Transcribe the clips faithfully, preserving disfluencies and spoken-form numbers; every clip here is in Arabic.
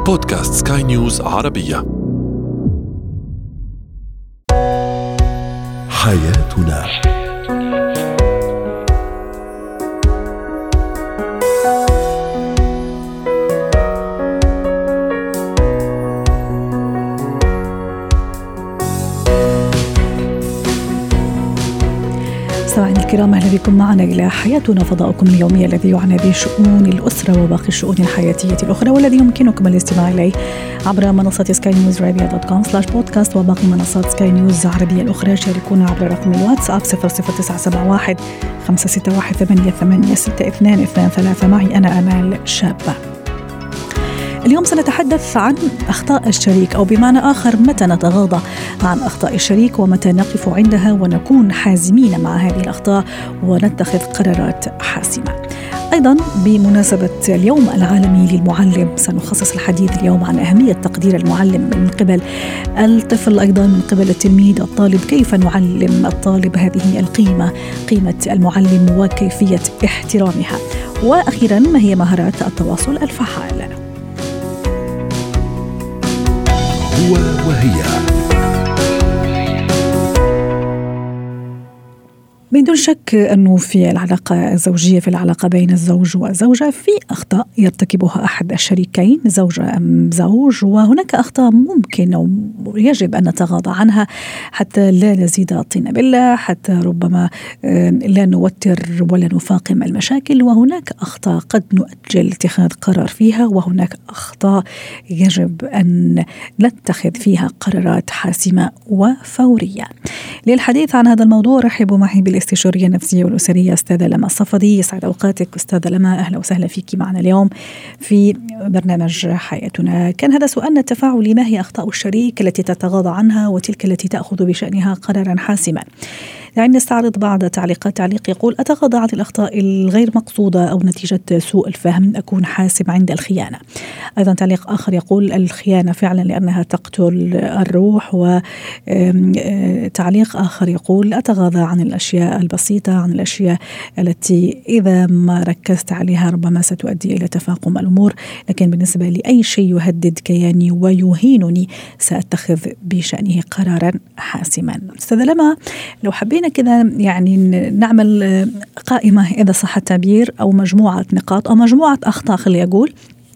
بودكاست سكاي نيوز عربية. حياتنا. مستمعينا الكرام، أهلا بكم معنا إلى حياتنا، فضاؤكم اليومي الذي يعنى بشؤون الأسرة وباقي الشؤون الحياتية الأخرى، والذي يمكنكم الاستماع إليه عبر منصة سكاي نيوز عربية دوت كوم سلاش بودكاست وباقي منصات سكاي نيوز عربية الأخرى. شاركونا عبر رقم الواتساب صفر صفر تسعة سبعة واحد خمسة ستة واحد ثمانية ثمانية ستة اثنان اثنان ثلاثة. معي أنا آمال شابة. اليوم سنتحدث عن أخطاء الشريك، أو بمعنى آخر متى نتغاضى عن أخطاء الشريك ومتى نقف عندها ونكون حازمين مع هذه الأخطاء ونتخذ قرارات حاسمة. أيضا بمناسبة اليوم العالمي للمعلم، سنخصص الحديث اليوم عن أهمية تقدير المعلم من قبل الطفل، أيضا من قبل التلميذ الطالب. كيف نعلم الطالب هذه القيمة، قيمة المعلم وكيفية احترامها. وأخيرا، ما هي مهارات التواصل الفعال. هو وهي. بدون شك أنه في العلاقة الزوجية، في العلاقة بين الزوج والزوجة، في أخطاء يرتكبها أحد الشريكين، زوجة أم زوج، وهناك أخطاء ممكن أو يجب أن نتغاضى عنها حتى لا نزيد الطين بلة، حتى ربما لا نوتر ولا نفاقم المشاكل. وهناك أخطاء قد نؤجل اتخاذ قرار فيها، وهناك أخطاء يجب أن نتخذ فيها قرارات حاسمة وفورية. للحديث عن هذا الموضوع رحبوا معي بالاستشارية النفسية والأسرية أستاذة لما الصفدي. يسعد أوقاتك أستاذة لما، أهلا وسهلا فيك معنا اليوم في برنامج حياتنا. كان هذا سؤالنا التفاعلي: ما هي أخطاء الشريك التي تتغاضى عنها وتلك التي تأخذ بشأنها قرارا حاسما؟ يعني نستعرض بعض تعليقات. تعليق يقول: أتغاضى عن الأخطاء الغير مقصودة أو نتيجة سوء الفهم، أكون حاسم عند الخيانة. أيضا تعليق آخر يقول: الخيانة فعلا لأنها تقتل الروح. وتعليق آخر يقول: أتغاضى عن الأشياء البسيطة، عن الأشياء التي إذا ما ركزت عليها ربما ستؤدي إلى تفاقم الأمور، لكن بالنسبة لأي شيء يهدد كياني ويهينني سأتخذ بشأنه قرارا حاسما. أستاذة لما، لو حبينا كذا يعني نعمل قائمة إذا صح التعبير، أو مجموعة نقاط أو مجموعة أخطاء، خلي أقول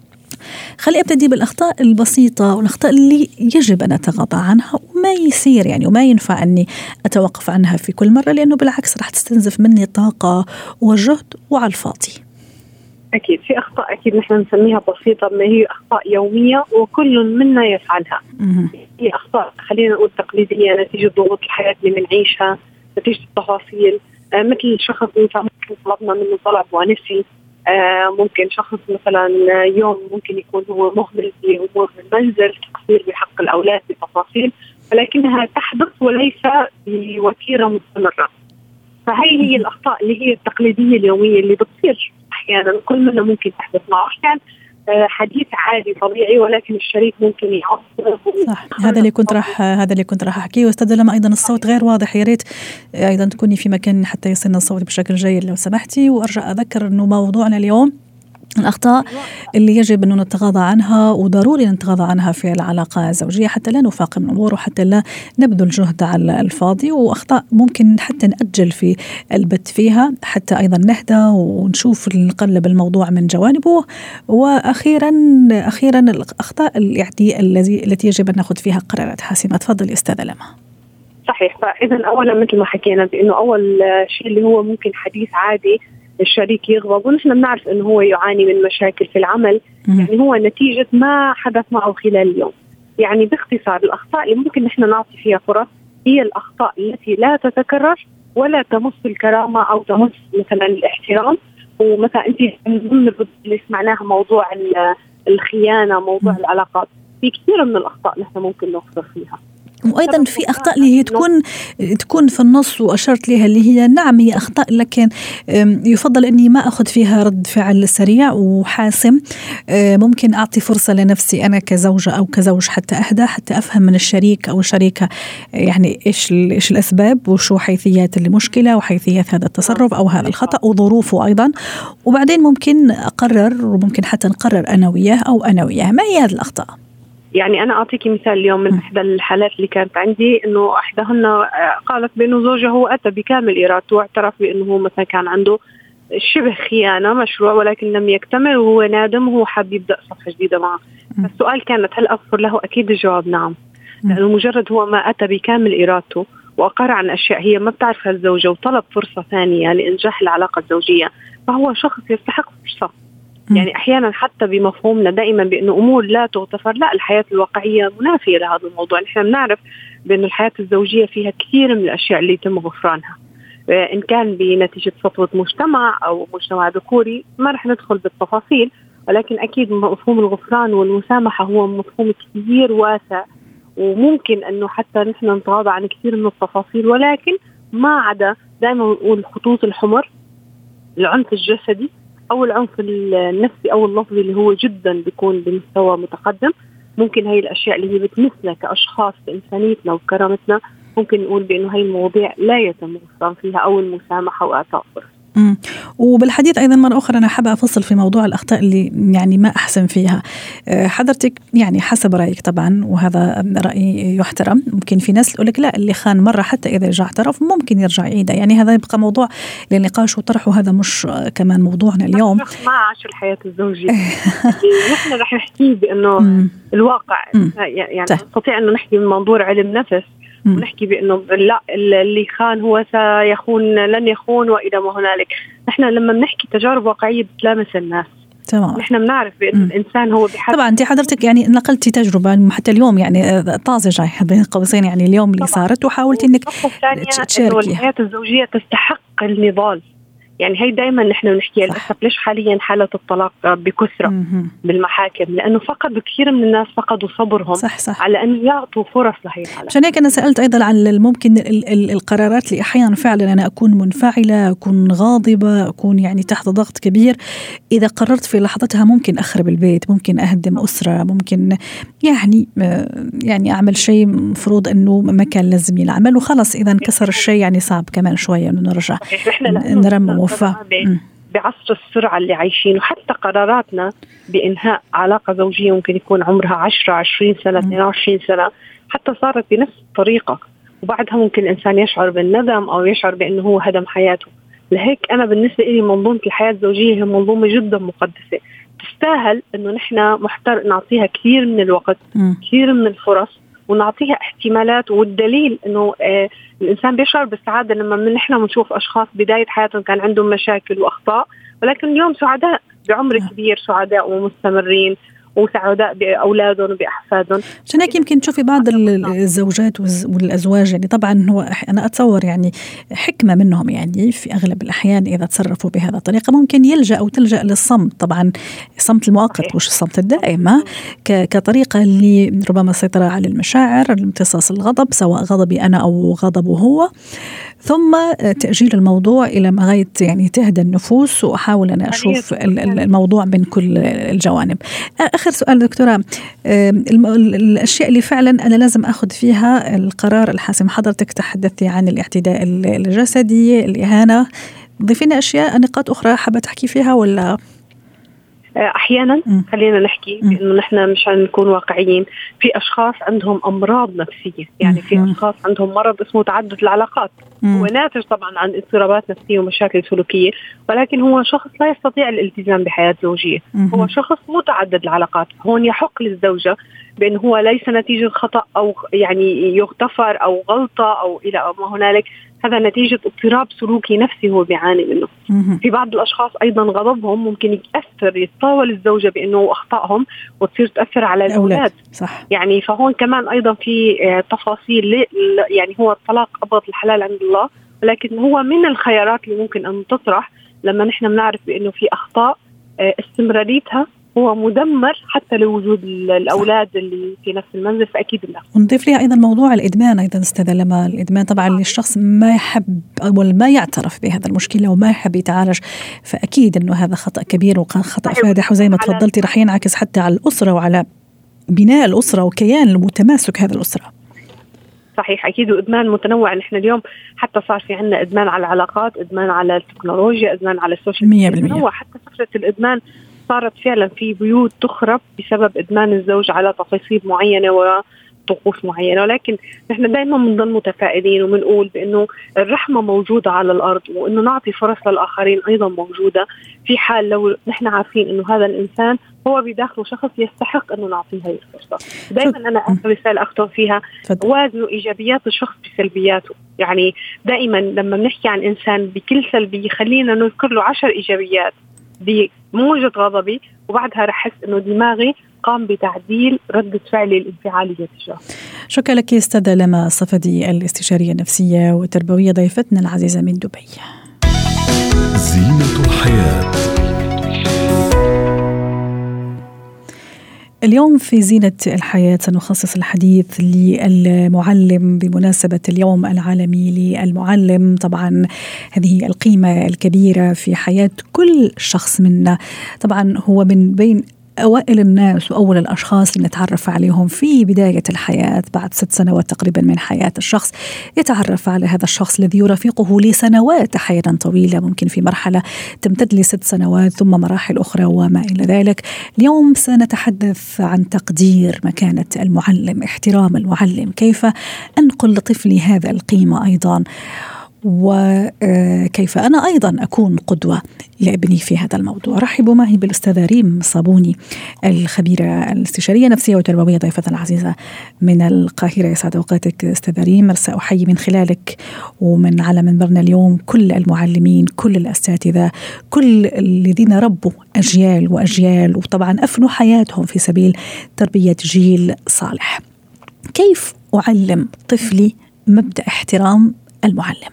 خلي أبتدي بالأخطاء البسيطة والأخطاء اللي يجب أن أتغاضى عنها وما يصير يعني وما ينفع أني أتوقف عنها في كل مرة، لأنه بالعكس راح تستنزف مني طاقة وجهد وعلى الفاضي. أكيد في أخطاء أكيد نحن نسميها بسيطة، ما هي أخطاء يومية وكل منا يفعلها. هي أخطاء خلينا نقول تقليدية نتيجة ضغوط الحياة اللي بنعيشها، نتيجة التفاصيل. آه مثل شخص ممكن طلبنا منه طلب ونسي. آه ممكن شخص مثلا يوم ممكن يكون هو مهمل في أمور المنزل، تقصير بحق الأولاد بتفاصيل، ولكنها تحدث وليس بوتيرة مستمرة. فهي هي الأخطاء اللي هي التقليدية اليومية اللي بتصير أحيانا كل منا ممكن تحدث معه. أحيانا حديث عادي طبيعي، ولكن الشريك ممكن يعصب. صح، هذا اللي كنت راح هذا اللي كنت راح أحكيه. واستاذ لما أيضا الصوت غير واضح، يا ريت أيضا تكوني في مكان حتى يصلنا الصوت بشكل جيد لو سمحتي. وأرجع أذكر إنه موضوعنا اليوم الأخطاء اللي يجب أن نتغاضى عنها، وضروري نتغاضى عنها في العلاقة الزوجية حتى لا نفاقم الأمور وحتى لا نبذل جهد على الفاضي، وأخطاء ممكن حتى نأجل في البت فيها حتى أيضا نهدى ونشوف نقلب الموضوع من جوانبه. وأخيرا أخيرا الأخطاء التي التي يجب أن نأخذ فيها قرارات حاسمة. تفضل أستاذة لما. صحيح. فإذا أولا مثل ما حكينا بأنه أول شيء اللي هو ممكن حديث عادي الشريك يغضب، ونحن بنعرف انه هو يعاني من مشاكل في العمل، يعني هو نتيجة ما حدث معه خلال اليوم. يعني باختصار الأخطاء اللي ممكن نحن نعطي فيها فرص هي الأخطاء التي لا تتكرر ولا تمس الكرامة أو تمس مثلا الاحترام. ومثلا انت من ضمن اللي سمعناها موضوع الخيانة، موضوع العلاقات، في كثير من الأخطاء نحن ممكن نخسر فيها. وأيضا في أخطاء اللي هي تكون تكون في النص وأشرت لها اللي هي نعم هي أخطاء، لكن يفضل أني ما أخذ فيها رد فعل سريع وحاسم. ممكن أعطي فرصة لنفسي أنا كزوجة أو كزوج حتى أهدى، حتى أفهم من الشريك أو الشريكة يعني إيش إيش الأسباب وشو حيثيات المشكلة وحيثيات هذا التصرف أو هذا الخطأ وظروفه أيضا، وبعدين ممكن أقرر وممكن حتى نقرر أنا وياه أو أنا وياه ما هي هذه الأخطاء. يعني أنا أعطيكي مثال اليوم من إحدى الحالات اللي كانت عندي، إنه إحداهن قالت بأنه زوجها أتى بكامل إرادته واعترف بأنه هو مثلا كان عنده شبه خيانة مشروع ولكن لم يكتمل وهو نادم وهو حاب يبدأ صفحة جديدة معه. السؤال كانت هل أغفر له؟ أكيد الجواب نعم، لأنه مجرد هو ما أتى بكامل إرادته وأقر عن أشياء هي ما بتعرفها الزوجة وطلب فرصة ثانية لإنجاح العلاقة الزوجية، فهو شخص يستحق فرصة. يعني أحيانا حتى بمفهومنا دائما بأنه أمور لا تغتفر، لا، الحياة الواقعية منافية لهذا الموضوع. نحن بنعرف بأنه الحياة الزوجية فيها كثير من الأشياء اللي يتم غفرانها، إن كان بنتيجة سطوة مجتمع أو مجتمع ذكوري ما رح ندخل بالتفاصيل، ولكن أكيد مفهوم الغفران والمسامحة هو مفهوم كثير واسع، وممكن أنه حتى نحن نتغاضى عن كثير من التفاصيل، ولكن ما عدا دائما نقول الخطوط الحمر، العنف الجسدي أو العنف النفسي أو اللفظي اللي هو جدا بيكون بمستوى متقدم. ممكن هاي الأشياء اللي هي بتمثلنا كأشخاص بإنسانيتنا وكرامتنا ممكن نقول بأنه هاي المواضيع لا يتم غفران فيها أو المسامحة وإعطاء فرص. مم. وبالحديث أيضا مرة أخرى أنا حابة أفصل في موضوع الأخطاء اللي يعني ما أحسن فيها. حضرتك يعني حسب رأيك طبعا وهذا رأي يحترم، ممكن في ناس تقول لك لا اللي خان مرة حتى إذا رجع اعترف ممكن يرجع يعيدها، يعني هذا يبقى موضوع للنقاش وطرح وهذا مش كمان موضوعنا اليوم. ما عاش الحياة الزوجية نحن رح نحكي بأنه الواقع يعني نستطيع أنه نحكي من منظور علم نفس ونحكي بأنه لا اللي خان هو سيخون لن يخون وإلى ما هنالك. نحن لما بنحكي تجارب واقعية بتلامس الناس تمام. نحن بنعرف بأن الإنسان هو بحاجة. طبعا أنت حضرتك يعني نقلتي تجربة حتى اليوم يعني طازجة بين قوسين يعني اليوم اللي صارت وحاولتي إنك تشاركي. الحياة الزوجية تستحق النضال، يعني هي دايما نحن بنحكي للأسف ليش حاليا حالة الطلاق بكثرة مم. بالمحاكم، لأنه فقد كثير من الناس فقدوا صبرهم صح صح. على أن يعطوا فرص لهي الحالة. عشان هيك أنا سألت أيضا عن الممكن ال ال القرارات اللي أحيانا فعلا أنا أكون منفعلة، أكون غاضبة، أكون يعني تحت ضغط كبير، إذا قررت في لحظتها ممكن أخرب البيت، ممكن أهدم أسرة، ممكن يعني يعني أعمل شيء مفروض أنه ما كان لازم ينعمل وخلص إذا انكسر الشيء يعني صعب كمان شوية أنه نرجع نرمم. بعصر السرعة اللي عايشين، وحتى قراراتنا بإنهاء علاقة زوجية ممكن يكون عمرها عشرة عشرين سنة اثنين وعشرين سنة حتى صارت بنفس الطريقة، وبعدها ممكن الإنسان يشعر بالندم أو يشعر بأنه هو هدم حياته. لهيك أنا بالنسبة لي منظومة الحياة الزوجية هي منظومة جدا مقدسة، تستاهل أنه نحن محتر نعطيها كثير من الوقت م. كثير من الفرص ونعطيها احتمالات. والدليل أنه آه الإنسان بيشعر بالسعادة لما من نحن بنشوف أشخاص بداية حياتهم كان عندهم مشاكل وأخطاء ولكن اليوم سعداء بعمر كبير، سعداء ومستمرين وسعداء بأولادهم وبأحفادهم. عشان هيك يمكن تشوفي بعض الزوجات والأزواج يعني طبعا هو أنا أتصور يعني حكمة منهم يعني في أغلب الأحيان إذا تصرفوا بهذا الطريقة ممكن يلجأ أو تلجأ للصمت، طبعا الصمت المؤقت مش الصمت الدائم، كطريقة لربما السيطرة على المشاعر، امتصاص الغضب سواء غضبي أنا أو غضبه هو، ثم تأجيل الموضوع إلى ما غاية يعني تهدى النفوس، وأحاول أنا أشوف الموضوع من كل الجوانب. آخر سؤال دكتورة، الأشياء اللي فعلا أنا لازم أخذ فيها القرار الحاسم، حضرتك تحدثتي عن الاعتداء الجسدي، الإهانة، ضيفينا أشياء نقاط أخرى حابة تحكي فيها ولا؟ أحيانا خلينا نحكي إنه نحن مش نكون واقعيين، في أشخاص عندهم أمراض نفسية، يعني في أشخاص عندهم مرض اسمه تعدد العلاقات، هو ناتج طبعا عن اضطرابات نفسية ومشاكل سلوكية، ولكن هو شخص لا يستطيع الالتزام بحياة زوجية، هو شخص متعدد العلاقات. هون يحق للزوجة بأنه هو ليس نتيجة خطأ أو يعني يغتفر أو غلطة أو إلى ما هنالك، هذا نتيجة اضطراب سلوكي نفسي هو بيعاني منه. في بعض الأشخاص أيضا غضبهم ممكن يتأثر يتطاول الزوجة بأنه أخطائهم وتصير تأثر على الأولاد صح. يعني فهون كمان أيضا في تفاصيل، يعني هو الطلاق أبغض الحلال عند الله، ولكن هو من الخيارات اللي ممكن أن تطرح لما نحن بنعرف بأنه في أخطاء استمراريتها هو مدمر حتى لوجود الأولاد اللي في نفس المنزل، فأكيد لا. ونضيف لها أيضا موضوع الإدمان أيضا أستاذة لما، الإدمان طبعا اللي الشخص ما يحب أو ما يعترف بهذا المشكلة وما يحب يتعالج، فأكيد أنه هذا خطأ كبير وخطأ فادح، وزي ما تفضلتي رح ينعكس حتى على الأسرة وعلى بناء الأسرة وكيان وتماسك هذا الأسرة. صحيح أكيد. وإدمان متنوع، نحن اليوم حتى صار في عنا إدمان على العلاقات، إدمان على التكنولوجيا، إدمان على السوشيال ميديا، حتى فكرة الإدمان صارت فعلا في بيوت تخرب بسبب إدمان الزوج على تفاصيل معينة وطقوس معينة. ولكن نحن دائما بنضل متفائلين وبنقول بأنه الرحمة موجودة على الأرض، وأنه نعطي فرص للآخرين أيضا موجودة، في حال لو نحن عارفين أنه هذا الإنسان هو بداخله شخص يستحق أنه نعطيه هذه الفرصة. دائما أنا أعطي رسالة أختم فيها وازنوا إيجابيات الشخص بسلبياته. يعني دائما لما بنحكي عن إنسان بكل سلبية خلينا نذكر له عشر إيجابيات بموجة غضبي، وبعدها رح أحس أنه دماغي قام بتعديل ردة فعلي الانفعالية تجاه. شكرا لك أستاذة لما صفدي، الاستشارية النفسية والتربوية، ضيفتنا العزيزة من دبي. زينة الحياة. اليوم في زينة الحياة سنخصص الحديث للمعلم بمناسبة اليوم العالمي للمعلم. طبعا هذه القيمة الكبيرة في حياة كل شخص منا، طبعا هو من بين أوائل الناس وأول الأشخاص اللي نتعرف عليهم في بداية الحياة. بعد ست سنوات تقريبا من حياة الشخص يتعرف على هذا الشخص الذي يرافقه لسنوات أحيانا طويلة، ممكن في مرحلة تمتد لست سنوات ثم مراحل أخرى وما إلى ذلك. اليوم سنتحدث عن تقدير مكانة المعلم، احترام المعلم، كيف أنقل لطفلي هذا القيمة أيضا، وكيف أنا أيضا أكون قدوة لابني في هذا الموضوع. رحبوا معي بالأستاذة ريم صابوني، الخبيرة الاستشارية النفسية والتربوية، ضيفتنا العزيزة من القاهرة. يسعد أوقاتك أستاذة ريم. سأحيي من خلالك ومن على منبرنا اليوم كل المعلمين، كل الأساتذة، كل الذين ربوا أجيال وأجيال وطبعا أفنوا حياتهم في سبيل تربية جيل صالح. كيف أعلم طفلي مبدأ احترام المعلم؟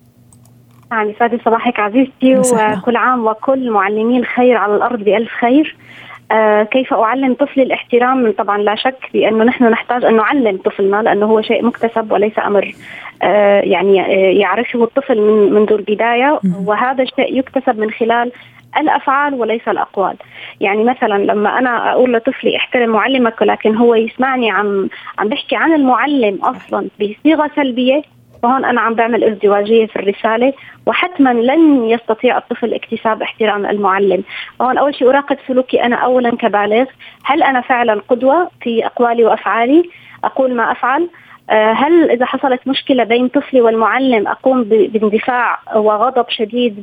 يعني سعد صباحك عزيزتي، وكل عام وكل معلمين الخير على الأرض بألف خير. آه كيف أعلم طفلي الاحترام؟ طبعا لا شك بأنه نحن نحتاج أن نعلم طفلنا، لأنه هو شيء مكتسب وليس أمر آه يعني آه يعرفه الطفل من منذ البداية، وهذا الشيء يكتسب من خلال الأفعال وليس الأقوال. يعني مثلا لما أنا أقول لطفلي احترم معلمك، ولكن هو يسمعني عم عم بحكي عن المعلم أصلا بصيغة سلبية، فهون أنا عم بعمل ازدواجية في الرسالة، وحتما لن يستطيع الطفل اكتساب احترام المعلم. فهون أول شيء أراقب سلوكي أنا أولا كبالغ، هل أنا فعلا قدوة في أقوالي وأفعالي؟ أقول ما أفعل؟ هل إذا حصلت مشكلة بين طفلي والمعلم أقوم باندفاع وغضب شديد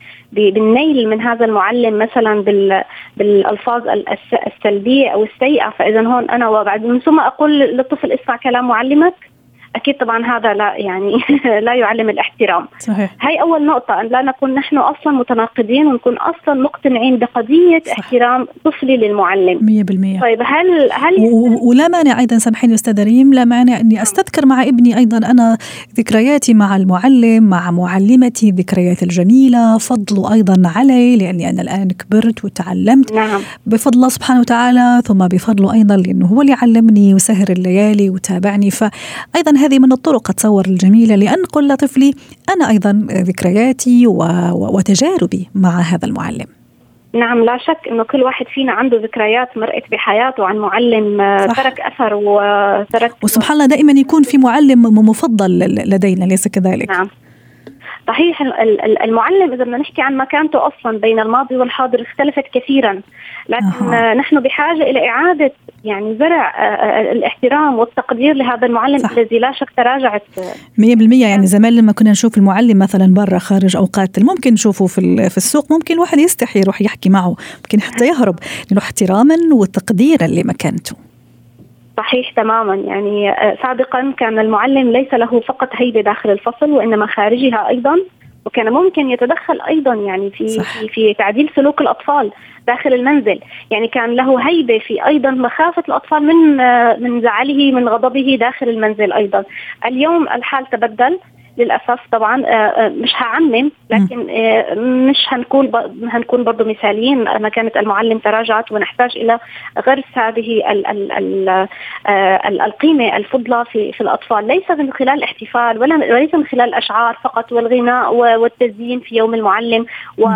بالنيل من هذا المعلم مثلا بالألفاظ السلبية أو السيئة؟ فإذا هون أنا وبعد من ثم أقول للطفل اسمع كلام معلمك. أكيد طبعا هذا لا يعني لا يعلم الاحترام. صحيح. هاي أول نقطة، أن لا نكون نحن أصلا متناقضين ونكون أصلا مقتنعين بقضية صح. احترام طفلي للمعلم مية بالمية. طيب هل هل و... ولا مانع أيضا، سامحيني أستاذة ريم، لا مانع أني أستذكر مع ابني أيضا أنا ذكرياتي مع المعلم، مع معلمتي، ذكريات الجميلة، فضله أيضا علي لأني أنا الآن كبرت وتعلمت. نعم. بفضل الله سبحانه وتعالى، ثم بفضله أيضا لأنه هو اللي علمني وسهر الليالي وتابعني. فأيضا هذه من الطرق أتصور الجميلة لأنقل لطفلي أنا أيضا ذكرياتي وتجاربي مع هذا المعلم. نعم لا شك أنه كل واحد فينا عنده ذكريات مرقت بحياته عن معلم صح. ترك أثر وترك، وسبحان الله دائما يكون في معلم مفضل لدينا، ليس كذلك؟ نعم صحيح. المعلم إذا بدنا نحكي عن مكانته أصلا بين الماضي والحاضر اختلفت كثيرا، لكن أه. نحن بحاجة إلى إعادة يعني زرع الاحترام والتقدير لهذا المعلم صح. الذي لا شك تراجعت مية بالمية. يعني زمان لما كنا نشوف المعلم مثلا برا خارج أوقات ممكن نشوفه في في السوق، ممكن الواحد يستحي يروح يحكي معه، ممكن حتى يهرب، له احتراما وتقديرا لمكانته. صحيح تماما. يعني سابقا كان المعلم ليس له فقط هيبة داخل الفصل وإنما خارجها أيضا، وكان ممكن يتدخل أيضا يعني في في, في تعديل سلوك الأطفال داخل المنزل. يعني كان له هيبة في أيضا مخافة الأطفال من من زعله من غضبه داخل المنزل أيضا. اليوم الحال تبدل، للأسف طبعا مش هعمم، لكن مش هنكون هنكون برضو مثاليين. مكانة المعلم تراجعت ونحتاج إلى غرس هذه ال ال ال القيمة الفضلى في في الأطفال، ليس من خلال الاحتفال ولا وليس من خلال الأشعار فقط والغناء والتزيين في يوم المعلم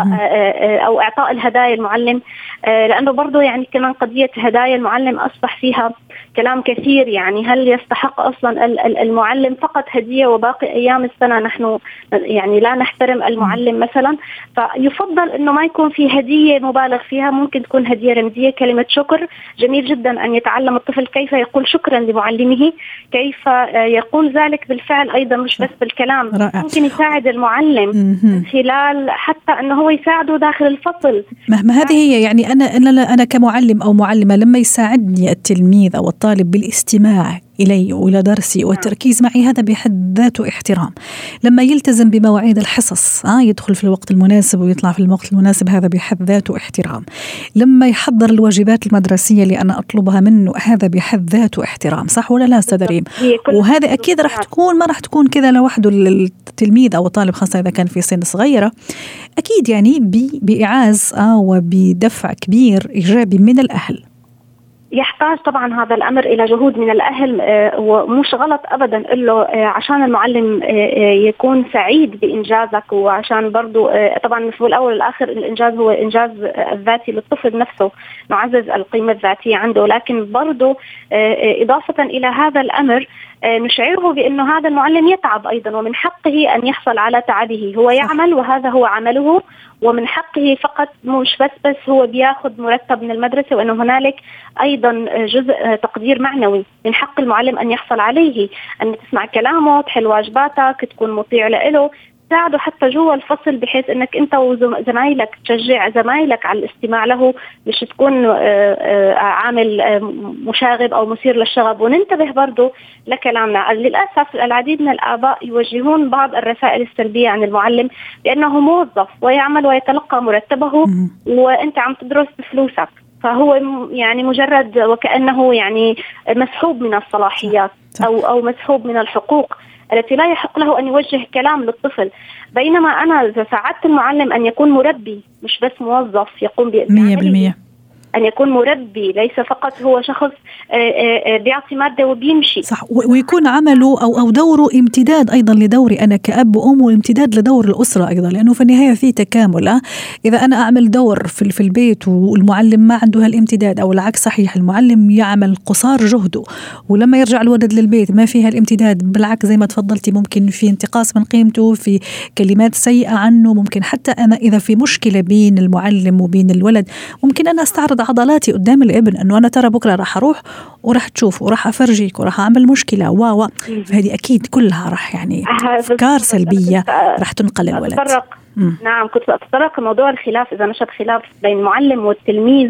أو إعطاء الهدايا المعلم، لأنه برضو يعني كمان قضية هدايا المعلم أصبح فيها كلام كثير. يعني هل يستحق أصلا المعلم فقط هدية وباقي أيام السنة نحن يعني لا نحترم المعلم مثلا؟ فيفضل أنه ما يكون في هدية مبالغ فيها، ممكن تكون هدية رمزية، كلمة شكر. جميل جدا أن يتعلم الطفل كيف يقول شكرا لمعلمه، كيف يقول ذلك بالفعل أيضا مش بس بالكلام. رائع. ممكن يساعد المعلم من خلال حتى أنه هو يساعده داخل الفصل. ما هذه هي يعني أنا أنا أنا كمعلم أو معلمة لما يساعدني التلميذ أو الطالب بالاستماع إلي وإلى درسي والتركيز معي، هذا بحد ذاته احترام. لما يلتزم بمواعيد الحصص، آه يدخل في الوقت المناسب ويطلع في الوقت المناسب، هذا بحد ذاته احترام. لما يحضر الواجبات المدرسية اللي أنا أطلبها منه، هذا بحد ذاته احترام. صح ولا لا أستاذ ريم؟ وهذا أكيد راح تكون ما راح تكون كذا لوحده التلميذ أو الطالب، خاصة إذا كان في سن صغيرة، أكيد يعني بإعاز آه وبدفع كبير إيجابي من الأهل. يحتاج طبعا هذا الأمر إلى جهود من الأهل، ومش غلط أبدا له عشان المعلم يكون سعيد بإنجازك، وعشان برضو طبعا في الأول والآخر الإنجاز هو إنجاز الذاتي للطفل نفسه، نعزز القيمة الذاتية عنده. لكن برضو إضافة إلى هذا الأمر نشعره بأنه هذا المعلم يتعب أيضا، ومن حقه أن يحصل على تعبه. هو يعمل وهذا هو عمله، ومن حقه فقط مش بس بس هو بياخذ مرتب من المدرسة، وأنه هنالك أيضا جزء تقدير معنوي من حق المعلم أن يحصل عليه، أن تسمع كلامه، تحل واجباتك، تكون مطيع له، تساعده حتى جوا الفصل، بحيث أنك أنت وزمايلك تشجع زمايلك على الاستماع له، مش تكون عامل مشاغب أو مثير للشغب. وننتبه برضو لكلامنا. للأسف العديد من الآباء يوجهون بعض الرسائل السلبية عن المعلم بأنه موظف ويعمل ويتلقى مرتبه وأنت عم تدرس بفلوسك، فهو يعني مجرد وكأنه يعني مسحوب من الصلاحيات أو أو مسحوب من الحقوق التي لا يحق له أن يوجه كلام للطفل. بينما أنا إذا ساعدت المعلم أن يكون مربي مش بس موظف يقوم بمية أن يكون مربي، ليس فقط هو شخص بيعطي مادة وبيمشي. صح، ويكون عمله أو أو دوره امتداد أيضا لدوري أنا كأب وأم، وامتداد لدور الأسرة أيضا، لأنه في النهاية في تكامل. إذا أنا أعمل دور في في البيت والمعلم ما عنده هالامتداد، أو العكس صحيح، المعلم يعمل قصار جهده ولما يرجع الولد للبيت ما فيها الامتداد، بالعكس زي ما تفضلتي ممكن في انتقاص من قيمته، في كلمات سيئة عنه، ممكن حتى أنا إذا في مشكلة بين المعلم وبين الولد ممكن أنا أستعرض عضلاتي قدام الابن انه انا ترى بكره راح اروح وراح تشوف وراح افرجيك وراح اعمل مشكله واو. فهذه اكيد كلها راح يعني افكار سلبيه راح تنقل الولد. نعم، كنت أتطرق موضوع الخلاف. إذا نشب خلاف بين المعلم والتلميذ،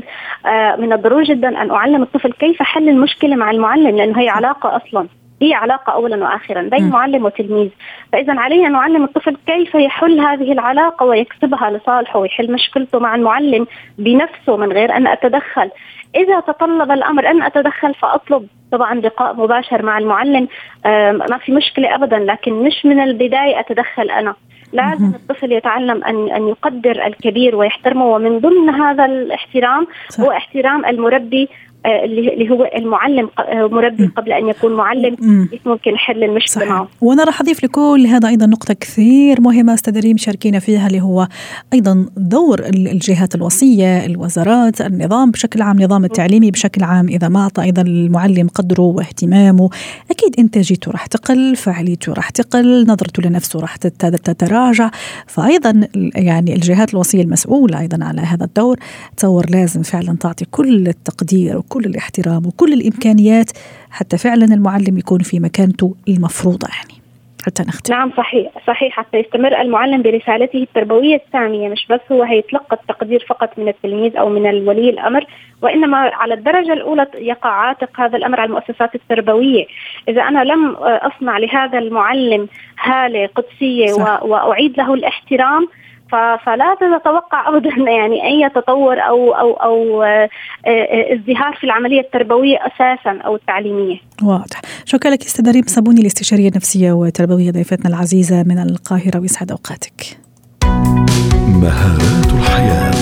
من الضروري جدا أن أعلم الطفل كيف حل المشكلة مع المعلم، لأنه هي علاقة أصلا، هي علاقة أولا وآخرا بين معلم وتلميذ. فإذا علينا أن نعلم الطفل كيف يحل هذه العلاقة ويكسبها لصالحه ويحل مشكلته مع المعلم بنفسه من غير أن أتدخل. إذا تطلب الأمر أن أتدخل فأطلب طبعا لقاء مباشر مع المعلم، ما في مشكلة أبدا، لكن مش من البداية أتدخل أنا. لازم الطفل يتعلم أن أن يقدر الكبير ويحترمه، ومن ضمن هذا الاحترام صح. هو احترام المربي اللي هو المعلم، مربي قبل أن يكون معلم، ممكن يحل المشكلة معه. وأنا راح أضيف لكل هذا أيضا نقطة كثير مهمة أستاذ ريم شاركينا فيها، اللي هو أيضا دور الجهات الوصية، الوزارات، النظام بشكل عام، نظام التعليمي بشكل عام. إذا ما أعطى أيضا المعلم قدره واهتمامه، أكيد إنتاجيته راح تقل، فعاليته راح تقل، نظرته لنفسه راح تتراجع. فأيضا يعني الجهات الوصية المسؤولة أيضا على هذا الدور تصور لازم فعلا تعطي كل التقدير كل الاحترام وكل الإمكانيات حتى فعلا المعلم يكون في مكانته المفروضة، يعني حتى نختم. نعم صحيح صحيح حتى يستمر المعلم برسالته التربوية السامية، مش بس هو هيتلقى التقدير فقط من التلميذ أو من الولي الأمر، وإنما على الدرجة الأولى يقع عاتق هذا الأمر على المؤسسات التربوية. إذا أنا لم أصنع لهذا المعلم هالة قدسية صح. وأعيد له الاحترام، فلا تتوقع أبدا يعني أي تطور أو أو أو ازدهار في العملية التربوية أساسا أو التعليمية. واضح. شكرا لك أستاذة ريم صابوني، الاستشارية النفسية والتربوية، ضيفتنا العزيزة من القاهرة، ويسعد أوقاتك. مهارات الحياة.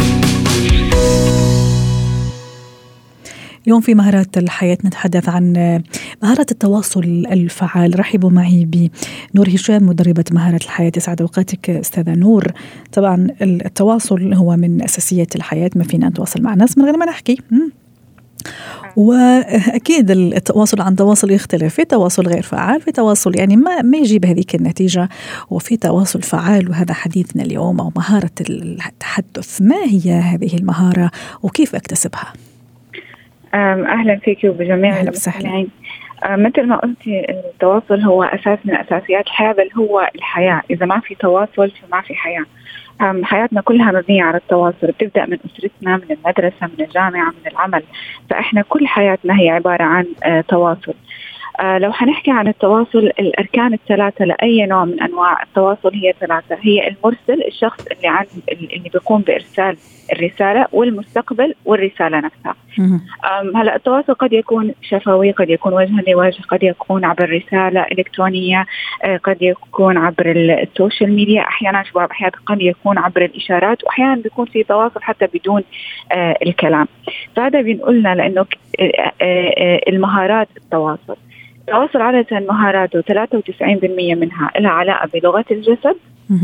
اليوم في مهارات الحياة نتحدث عن مهارة التواصل الفعال. رحبوا معي بنور هشام، مدربة مهارات الحياة. يسعد أوقاتك أستاذة نور. طبعا التواصل هو من أساسيات الحياة، ما فينا نتواصل مع الناس من غير ما نحكي، وأكيد التواصل عن تواصل يختلف، في تواصل غير فعال، في تواصل يعني ما ما يجيب هذيك النتيجة، وفي تواصل فعال، وهذا حديثنا اليوم، أو مهارة التحدث. ما هي هذه المهارة وكيف أكتسبها؟ أهلا فيك وبجميع المستمعين. مثل ما قلتي التواصل هو أساس من أساسيات الحياة، بل هو الحياة. إذا ما في تواصل فما في حياة. حياتنا كلها مبنية على التواصل، بتبدأ من أسرتنا، من المدرسة، من الجامعة، من العمل. فإحنا كل حياتنا هي عبارة عن تواصل. آه لو حنحكي عن التواصل، الأركان الثلاثة لأي نوع من أنواع التواصل هي ثلاثة: هي المرسل، الشخص اللي عن اللي بيقوم بإرسال الرسالة، والمستقبل، والرسالة نفسها. هلا التواصل قد يكون شفوي، قد يكون وجها لوجه، قد يكون عبر رسالة إلكترونية، آه قد يكون عبر السوشيال ميديا، أحيانا شباب أحيانا قد يكون عبر الإشارات، وأحيانا بيكون في تواصل حتى بدون آه الكلام. فهذا بينقلنا لأنه آه آه المهارات التواصل التواصل عادة مهاراته ثلاثة وتسعين بالمئة منها لها علاقة بلغة الجسد،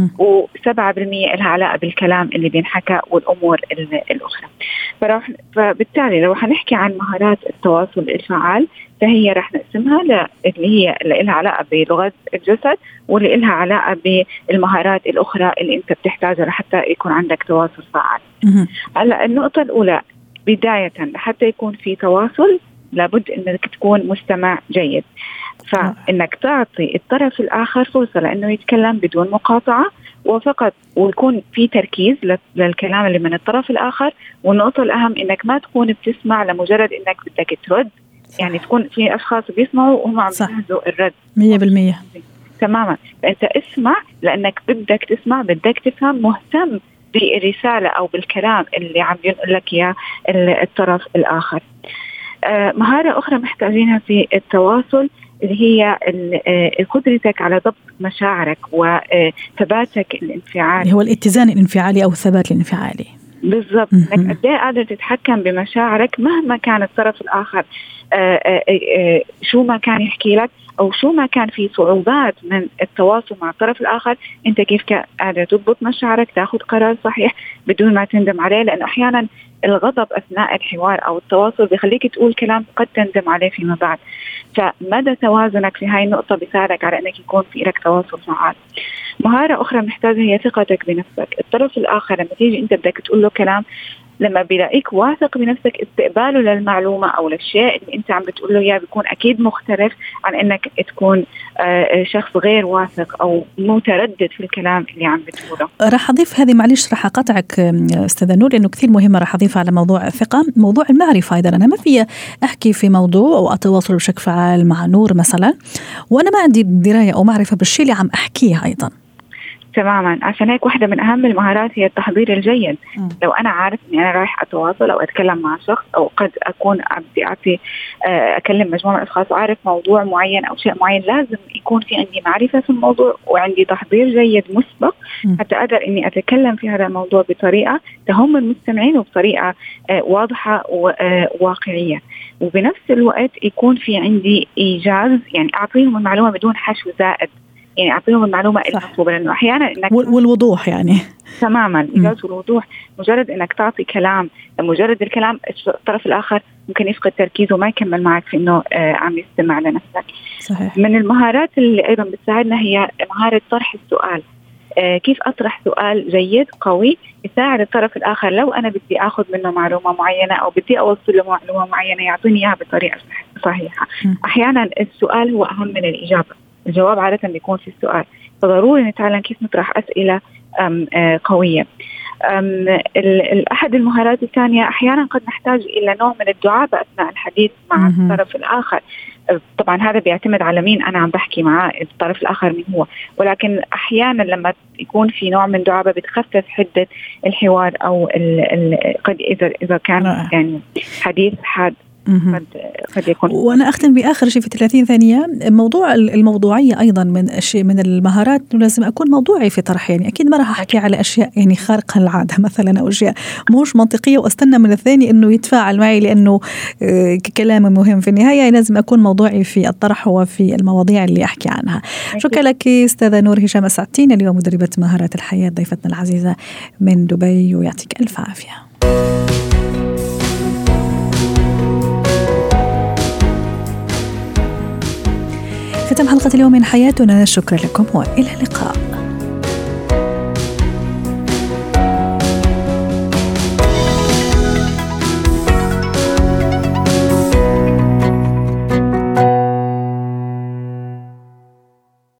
وسبعة بالمئة لها علاقة بالكلام اللي بينحكى والأمور الأخرى. فراح فبالتالي لو حنحكي عن مهارات التواصل الفعال، فهي رح نقسمها اللي هي اللي لها علاقة بلغة الجسد، واللي لها علاقة بالمهارات الأخرى اللي أنت بتحتاجها لحتى يكون عندك تواصل فعال. هلا النقطة الأولى بداية حتى يكون في تواصل لابد انك تكون مستمع جيد، فانك تعطي الطرف الاخر فرصه لانه يتكلم بدون مقاطعه وفقط، ويكون في تركيز للكلام اللي من الطرف الاخر. والنقطه الاهم انك ما تكون بتسمع لمجرد انك بدك ترد، يعني تكون في اشخاص بيسمعوا وهم عم يجهزوا الرد مية بالمية تماما. فانت اسمع لانك بدك تسمع، بدك تفهم، مهتم بالرساله او بالكلام اللي عم ينقل لك اياه الطرف الاخر. آه مهارة أخرى محتاجينها في التواصل اللي هي قدرتك على ضبط مشاعرك وثباتك الانفعالي، هو الاتزان الانفعالي أو الثبات الانفعالي بالضبط. انك قد ايه قادر تتحكم بمشاعرك مهما كان الطرف الآخر آآ آآ شو ما كان يحكي لك أو شو ما كان في صعوبات من التواصل مع الطرف الآخر، أنت كيف قادر تضبط مشاعرك، تاخذ قرار صحيح بدون ما تندم عليه. لأنه أحيانا الغضب أثناء الحوار أو التواصل بيخليك تقول كلام قد تندم عليه فيما بعد. فمدى توازنك في هاي النقطة بيساعدك على أنك يكون في لك تواصل فعال. مهارة أخرى محتاجة هي ثقتك بنفسك. الطرف الآخر لما تيجي أنت بدك تقول له كلام، لما بيلاقيك واثق بنفسك، استقباله للمعلومة أو للشيء اللي أنت عم بتقول له إياه بيكون أكيد مختلف عن إنك تكون شخص غير واثق أو متردد في الكلام اللي عم بتقوله. راح أضيف هذه، معليش راح أقطعك أستاذة نور لأنه كثير مهمة، راح أضيف على موضوع الثقة موضوع المعرفة أيضا. أنا ما في أحكي في موضوع أو أتواصل بشكل فعال مع نور مثلا وأنا ما عندي دراية أو معرفة بالشيء اللي عم أحكيه أيضا. تماما. عشان هيك واحدة من أهم المهارات هي التحضير الجيد. م. لو أنا عارف إني أنا رايح أتواصل أو أتكلم مع شخص، أو قد أكون بدي أعطي أكلم مجموعة من الأشخاص وعارف موضوع معين أو شيء معين، لازم يكون في عندي معرفة في الموضوع وعندي تحضير جيد مسبق م. حتى أقدر إني أتكلم في هذا الموضوع بطريقة تهم المستمعين وبطريقة واضحة وواقعية، وبنفس الوقت يكون في عندي إيجاز، يعني أعطيهم المعلومة بدون حشو زائد، يعني أعطيهم المعلومة المطلوبة. لأنه أحيانا إنك والوضوح يعني تماما إيجاز والوضوح. مجرد إنك تعطي كلام مجرد الكلام، الطرف الآخر ممكن يفقد تركيزه وما يكمل معك في إنه آه عم يستمع لنفسك. صحيح. من المهارات اللي أيضا بتساعدنا هي مهارة طرح السؤال. آه كيف أطرح سؤال جيد قوي يساعد الطرف الآخر لو أنا بدي أخذ منه معلومة معينة أو بدي أوصل له معلومة معينة يعطيني إياها بطريقة صحيحة. م. أحيانا السؤال هو أهم من الإجابة. الجواب عادة بيكون في السؤال، فضروري نتعلم كيف نطرح أسئلة قوية. أحد المهارات الثانية أحيانا قد نحتاج إلى نوع من الدعابة أثناء الحديث مع الطرف الآخر. طبعا هذا بيعتمد على مين أنا عم بحكي معاه، الطرف الآخر مين هو، ولكن أحيانا لما يكون في نوع من دعابة بتخفف حدة الحوار أو ال ال قد إذا إذا كان رأى. يعني حديث حاد قد قد يكون. وأنا أختم بآخر شيء في ثلاثين ثانية، موضوع الموضوعية أيضا من الشيء من المهارات، لازم أكون موضوعي في طرح. يعني أكيد ما راح أحكي على أشياء يعني خارقة العادة مثلا أو أشياء مش منطقية وأستنى من الثاني إنه يتفاعل معي لأنه كلام مهم. في النهاية لازم أكون موضوعي في الطرح وفي المواضيع اللي أحكي عنها. شكرا لك أستاذة نور هشام، أسعدتينا اليوم، مدربة مهارات الحياة، ضيفتنا العزيزة من دبي، ويعطيك ألف عافية. ختم حلقة اليوم من حياتنا، شكرا لكم وإلى اللقاء.